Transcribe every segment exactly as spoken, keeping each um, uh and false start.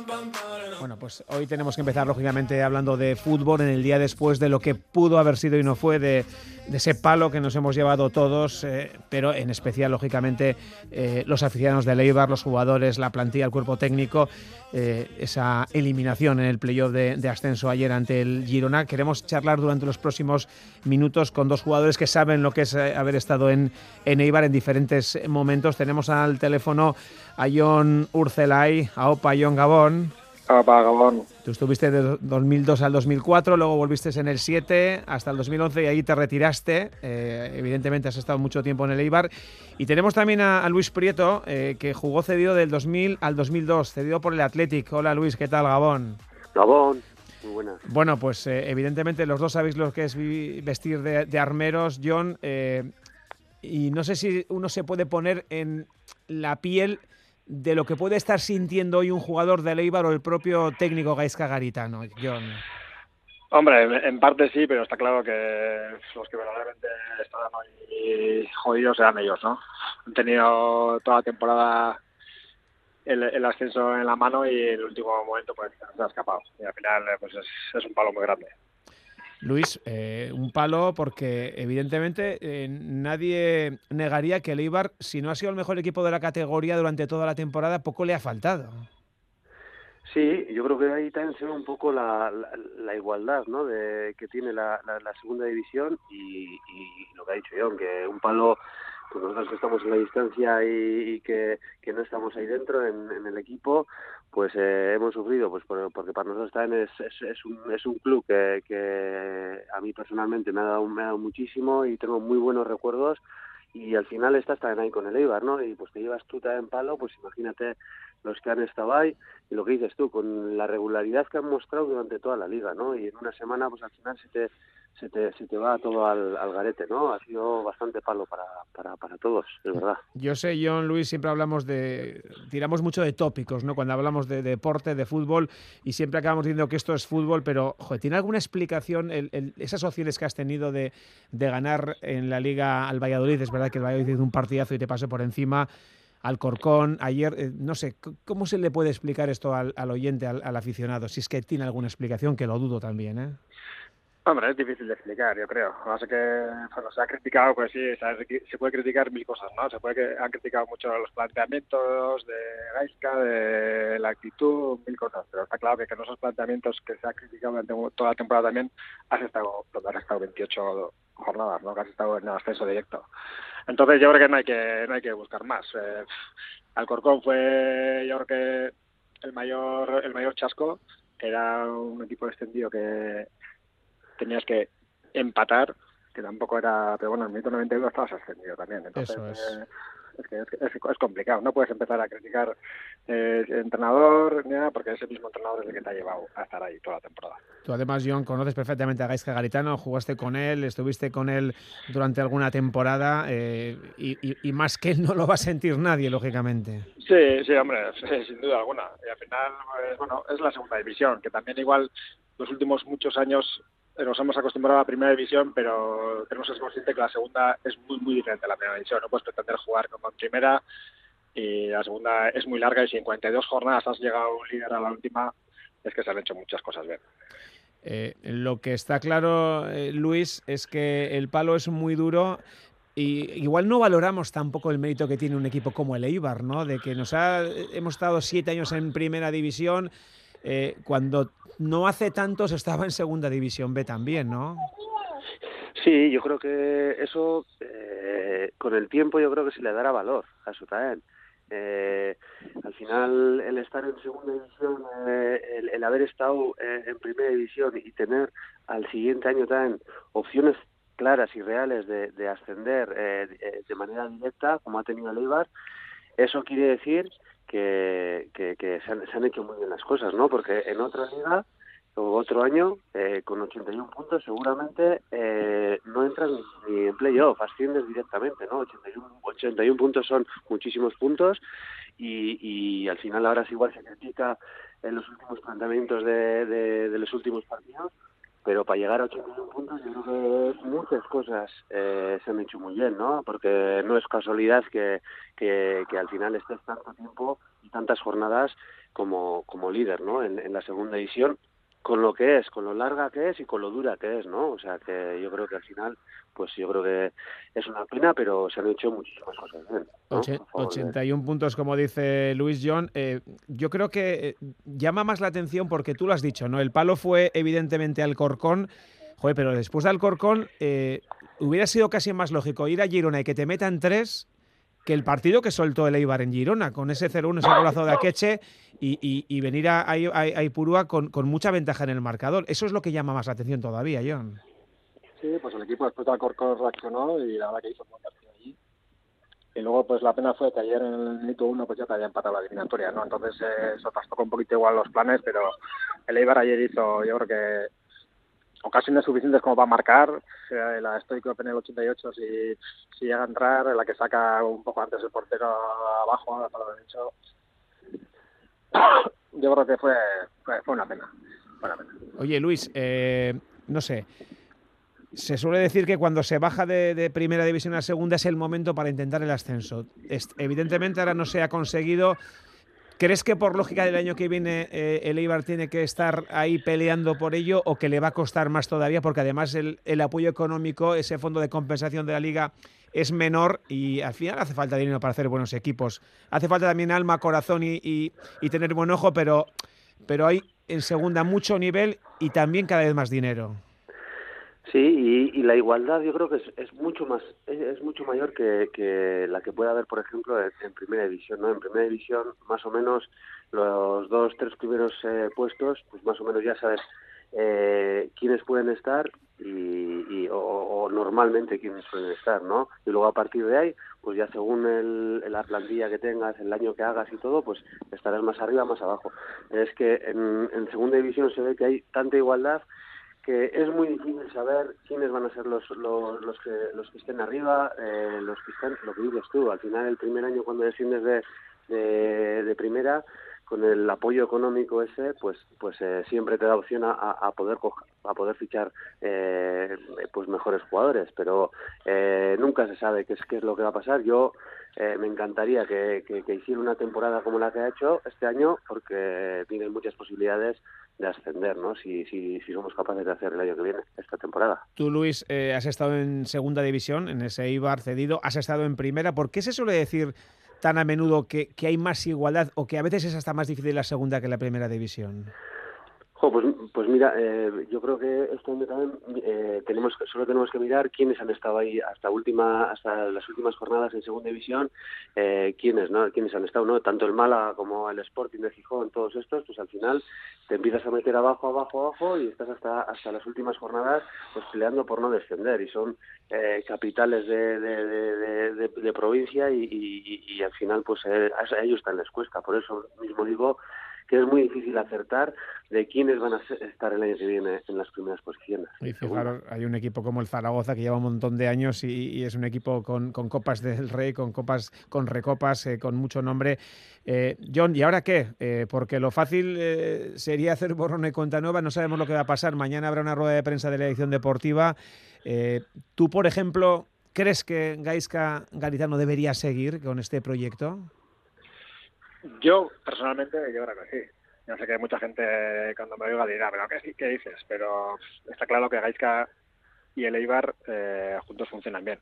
Bueno, pues hoy tenemos que empezar, lógicamente, hablando de fútbol en el día después de lo que pudo haber sido y no fue, de, de ese palo que nos hemos llevado todos, eh, pero en especial, lógicamente, eh, los aficionados del Eibar, los jugadores, la plantilla, el cuerpo técnico, eh, esa eliminación en el playoff de, de ascenso ayer ante el Girona. Queremos charlar durante los próximos minutos con dos jugadores que saben lo que es eh, haber estado en, en Eibar en diferentes momentos. Tenemos al teléfono a Jon Urzelay. Aupa, Jon, Gabón. Aupa, Gabón. Tú estuviste de dos mil dos al dos mil cuatro, luego volviste en el siete hasta el dos mil once y ahí te retiraste. Eh, evidentemente has estado mucho tiempo en el Eibar. Y tenemos también a, a Luis Prieto, eh, que jugó cedido del dos mil al dos mil dos, cedido por el Athletic. Hola Luis, ¿qué tal, Gabón? Gabón, muy buenas. Bueno, pues eh, evidentemente los dos sabéis lo que es vestir de, de armeros, Jon. Eh, y no sé si uno se puede poner en la piel de lo que puede estar sintiendo hoy un jugador del Eibar o el propio técnico Gaizka Garitano, Jon. Hombre, en parte sí, pero está claro que los que verdaderamente están hoy jodidos eran ellos, ¿no? Han tenido toda la temporada el, el ascenso en la mano y en el último momento pues se ha escapado. Y al final pues es, es un palo muy grande. Luis, eh, un palo porque evidentemente eh, nadie negaría que el Eibar, si no ha sido el mejor equipo de la categoría durante toda la temporada, poco le ha faltado. Sí, yo creo que ahí también se ve un poco la, la, la igualdad, ¿no?, de que tiene la, la, la segunda división y, y lo que ha dicho Jon, que un palo, pues nosotros que estamos en la distancia y, y que, que no estamos ahí dentro en, en el equipo, pues eh, hemos sufrido, pues por, porque para nosotros también es, es, es, un, es un club que, que a mí personalmente me ha dado, me ha dado muchísimo y tengo muy buenos recuerdos. Y al final estás también ahí con el Eibar, ¿no? Y pues te llevas tú también palo, pues imagínate los que han estado ahí y lo que dices tú, con la regularidad que han mostrado durante toda la liga, ¿no? Y en una semana pues al final se te se te, se te va todo al, al garete, ¿no? Ha sido bastante palo para, para, para todos, es verdad. Yo sé, Jon, Luis, siempre hablamos de... tiramos mucho de tópicos, ¿no? Cuando hablamos de, de deporte, de fútbol, y siempre acabamos diciendo que esto es fútbol, pero, joder, ¿tiene alguna explicación el, el, esas opciones que has tenido de, de ganar en la Liga al Valladolid? Es verdad que el Valladolid hizo un partidazo y te pasó por encima. Alcorcón, ayer, eh, no sé, ¿cómo se le puede explicar esto al, al oyente, al, al aficionado? Si es que tiene alguna explicación, que lo dudo también, ¿eh? Hombre, es difícil de explicar, yo creo. Así que, bueno, se ha criticado, pues sí, se puede criticar mil cosas, ¿no? Se puede que han criticado mucho los planteamientos de Gaizka, de la actitud, mil cosas. Pero está claro que con esos planteamientos que se ha criticado durante toda la temporada también, has estado, has estado veintiocho jornadas, ¿no? Que has estado en el ascenso directo. Entonces yo creo que no hay que, no hay que buscar más. Eh, Alcorcón fue, yo creo que el mayor, el mayor chasco. Era un equipo extendido que tenías que empatar, que tampoco era, pero bueno, en el minuto noventa y uno estabas ascendido también, entonces Eso es. Eh, es que es, es, es complicado, no puedes empezar a criticar eh, el entrenador ni nada, porque ese mismo entrenador es el que te ha llevado a estar ahí toda la temporada. Tú además, Jon, conoces perfectamente a Gaizka Garitano, jugaste con él, estuviste con él durante alguna temporada eh, y, y, y más que él no lo va a sentir nadie, lógicamente. Sí, sí, hombre, sí, sin duda alguna. Y al final, pues, bueno, es la segunda división, que también igual los últimos muchos años nos hemos acostumbrado a la primera división, pero tenemos que ser conscientes que la segunda es muy, muy diferente a la primera división. No puedes pretender jugar como en primera y la segunda es muy larga y si en cuarenta y dos jornadas has llegado líder a la última, es que se han hecho muchas cosas bien. Eh, lo que está claro, eh, Luis, es que el palo es muy duro y igual no valoramos tampoco el mérito que tiene un equipo como el Eibar, ¿no? De que nos ha, hemos estado siete años en primera división, eh, cuando no hace tantos estaba en segunda división B también, ¿no? Sí, yo creo que eso, eh, con el tiempo yo creo que se le dará valor a eso también. Eh, al final el estar en segunda división, eh, el, el haber estado eh, en primera división y tener al siguiente año también opciones claras y reales de, de ascender eh, de, de manera directa, como ha tenido el Eibar, eso quiere decir que, que, que se, han, se han hecho muy bien las cosas, ¿no? Porque en otra liga o otro año, eh, con ochenta y uno puntos, seguramente eh, no entras ni, ni en playoff, asciendes directamente, ¿no? ochenta y uno, ochenta y uno puntos son muchísimos puntos y, y al final ahora es igual se critica en los últimos planteamientos de, de, de los últimos partidos, pero para llegar a ochenta y uno puntos yo creo que muchas cosas eh, se han hecho muy bien, ¿no? Porque no es casualidad que, que, que al final estés tanto tiempo y tantas jornadas como, como líder, ¿no? En, en la segunda división, con lo que es, con lo larga que es y con lo dura que es, ¿no? O sea, que yo creo que al final, pues yo creo que es una pena, pero se han hecho muchísimas cosas bien, ¿no? ochenta y uno puntos, como dice Luis John. Eh, yo creo que eh, llama más la atención porque tú lo has dicho, ¿no? El palo fue evidentemente Alcorcón. Joder, pero después de Alcorcón eh, hubiera sido casi más lógico ir a Girona y que te metan tres que el partido que soltó el Eibar en Girona, con ese cero uno, ese golazo de Akeche, y, y, y venir a, a, a Ipurúa con, con mucha ventaja en el marcador. Eso es lo que llama más la atención todavía, John. Sí, pues el equipo después de Alcorcón reaccionó y la verdad que hizo un buen partido allí. Y luego pues la pena fue que ayer en el minuto uno pues ya te había empatado la eliminatoria, ¿no? Entonces eh, eso trastocó un poquito igual los planes, pero el Eibar ayer hizo, yo creo que ocasiones suficientes como para marcar. Eh, la Stoikov en el ochenta y ocho, si, si llega a entrar, la que saca un poco antes el portero abajo, hasta lo derecho. Yo creo que fue, fue, fue una pena. Fue una pena. Oye, Luis, eh, no sé, se suele decir que cuando se baja de, de primera división a segunda es el momento para intentar el ascenso. Es, evidentemente ahora no se ha conseguido. ¿Crees que por lógica del año que viene eh, el Eibar tiene que estar ahí peleando por ello o que le va a costar más todavía? Porque además el, el apoyo económico, ese fondo de compensación de la Liga es menor y al final hace falta dinero para hacer buenos equipos. Hace falta también alma, corazón y, y, y tener buen ojo, pero, pero hay en segunda mucho nivel y también cada vez más dinero. Sí, y, y la igualdad yo creo que es, es mucho más es, es mucho mayor que, que la que puede haber, por ejemplo, en, en primera división, ¿no? En primera división, más o menos los dos, tres primeros eh, puestos, pues más o menos ya sabes eh, quiénes pueden estar y, y o, o normalmente quiénes pueden estar, ¿no? Y luego a partir de ahí, pues ya según el, la plantilla que tengas, el año que hagas y todo, pues estarás más arriba, más abajo. Es que en, en segunda división se ve que hay tanta igualdad que es muy difícil saber quiénes van a ser los los, los que los que estén arriba, eh, los que están, lo que dices tú, al final el primer año cuando desciendes de, de, de primera, con el apoyo económico ese, pues pues eh, siempre te da opción a, a poder coger, a poder fichar eh, pues mejores jugadores, pero eh, nunca se sabe qué es qué es lo que va a pasar. Yo eh, me encantaría que, que, que hiciera una temporada como la que ha hecho este año, porque tienen muchas posibilidades de ascender, ¿no? Si, si, si somos capaces de hacer el año que viene, esta temporada. Tú, Luis, eh, has estado en segunda división, en ese Eibar cedido, has estado en primera. ¿Por qué se suele decir tan a menudo que, que hay más igualdad o que a veces es hasta más difícil la segunda que la primera división? Jo, pues, pues mira, eh, yo creo que este año también eh, tenemos que, solo tenemos que mirar quiénes han estado ahí hasta última, hasta las últimas jornadas en segunda división, eh, quiénes, ¿no? Quiénes han estado, ¿no? Tanto el Málaga como el Sporting de Gijón, todos estos, pues al final te empiezas a meter abajo, abajo, abajo y estás hasta hasta las últimas jornadas pues peleando por no descender y son eh, capitales de, de, de, de, de, de provincia y, y, y al final pues eh, a ellos también les cuesta, por eso mismo digo que es muy difícil acertar de quiénes van a estar el año que viene en las primeras posiciones. Y fijaros, hay un equipo como el Zaragoza que lleva un montón de años y, y es un equipo con, con Copas del Rey, con copas, con recopas, eh, con mucho nombre. Eh, John, ¿y ahora qué? Eh, porque lo fácil eh, sería hacer borrón y cuenta nueva, no sabemos lo que va a pasar. Mañana habrá una rueda de prensa de la edición deportiva. Eh, tú, por ejemplo, ¿crees que Gaizka Garitano debería seguir con este proyecto? Yo, personalmente, yo creo que sí. Yo sé que mucha gente cuando me oiga dirá, pero ¿qué, qué dices? Pero está claro que Gaizka y el Eibar eh, juntos funcionan bien.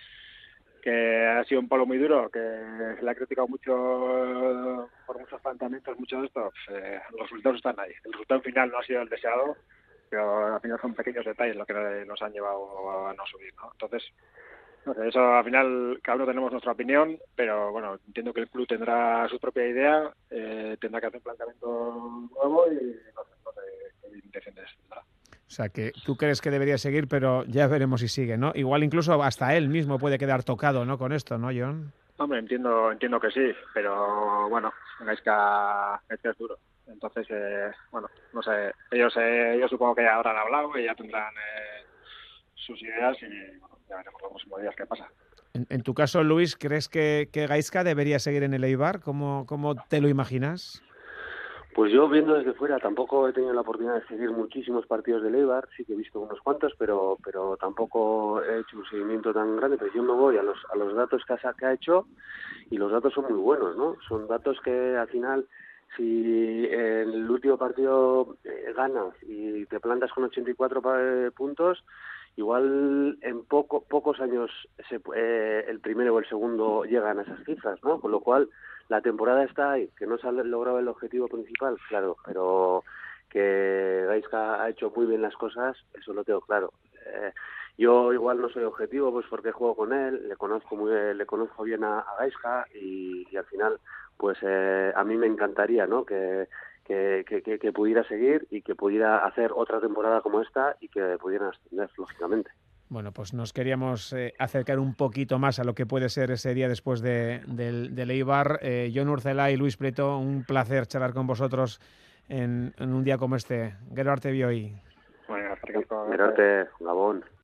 Que ha sido un palo muy duro, que se le ha criticado mucho por muchos planteamientos, mucho de esto. Pues, eh, los resultados están ahí. El resultado final no ha sido el deseado, pero al final son pequeños detalles los que nos han llevado a no subir, ¿no? Entonces, no sé, eso al final cada uno tenemos nuestra opinión, pero bueno, entiendo que el club tendrá su propia idea, eh, tendrá que hacer un planteamiento nuevo y no sé, no sé qué intenciones tendrá. O sea, que tú crees que debería seguir, pero ya veremos si sigue, ¿no? Igual incluso hasta él mismo puede quedar tocado, ¿no? Con esto, ¿no, John? Hombre, entiendo entiendo que sí, pero bueno, Gaizka es duro. Entonces, eh, bueno, no sé, ellos eh, yo supongo que ya habrán hablado y ya tendrán eh, sus ideas y bueno, ya veremos los próximos días qué pasa. En, en tu caso, Luis, ¿crees que, que Gaizka debería seguir en el Eibar? ¿Cómo, cómo te lo imaginas? Pues yo viendo desde fuera tampoco he tenido la oportunidad de seguir muchísimos partidos del Eibar, sí que he visto unos cuantos, pero pero tampoco he hecho un seguimiento tan grande, pero yo me voy a los a los datos que ha, que ha hecho y los datos son muy buenos, ¿no? Son datos que al final si en el último partido eh, ganas y te plantas con ochenta y cuatro eh, puntos, igual en poco, pocos años se, eh, el primero o el segundo llegan a esas cifras, ¿no? Con lo cual la temporada está ahí, que no se ha logrado el objetivo principal, claro, pero que Gaizka ha hecho muy bien las cosas, eso lo tengo claro. Eh, yo igual no soy objetivo, pues porque juego con él, le conozco muy, le conozco bien a, a Gaizka y, y al final, pues eh, a mí me encantaría, ¿no? Que Que, que, que pudiera seguir y que pudiera hacer otra temporada como esta y que pudieran ascender, lógicamente. Bueno, pues nos queríamos eh, acercar un poquito más a lo que puede ser ese día después de, del, del Eibar. Eh, Jon Urzelay y Luis Prieto, un placer charlar con vosotros en, en un día como este. Gero arte bioi. Bueno, Gero arte, Gabón.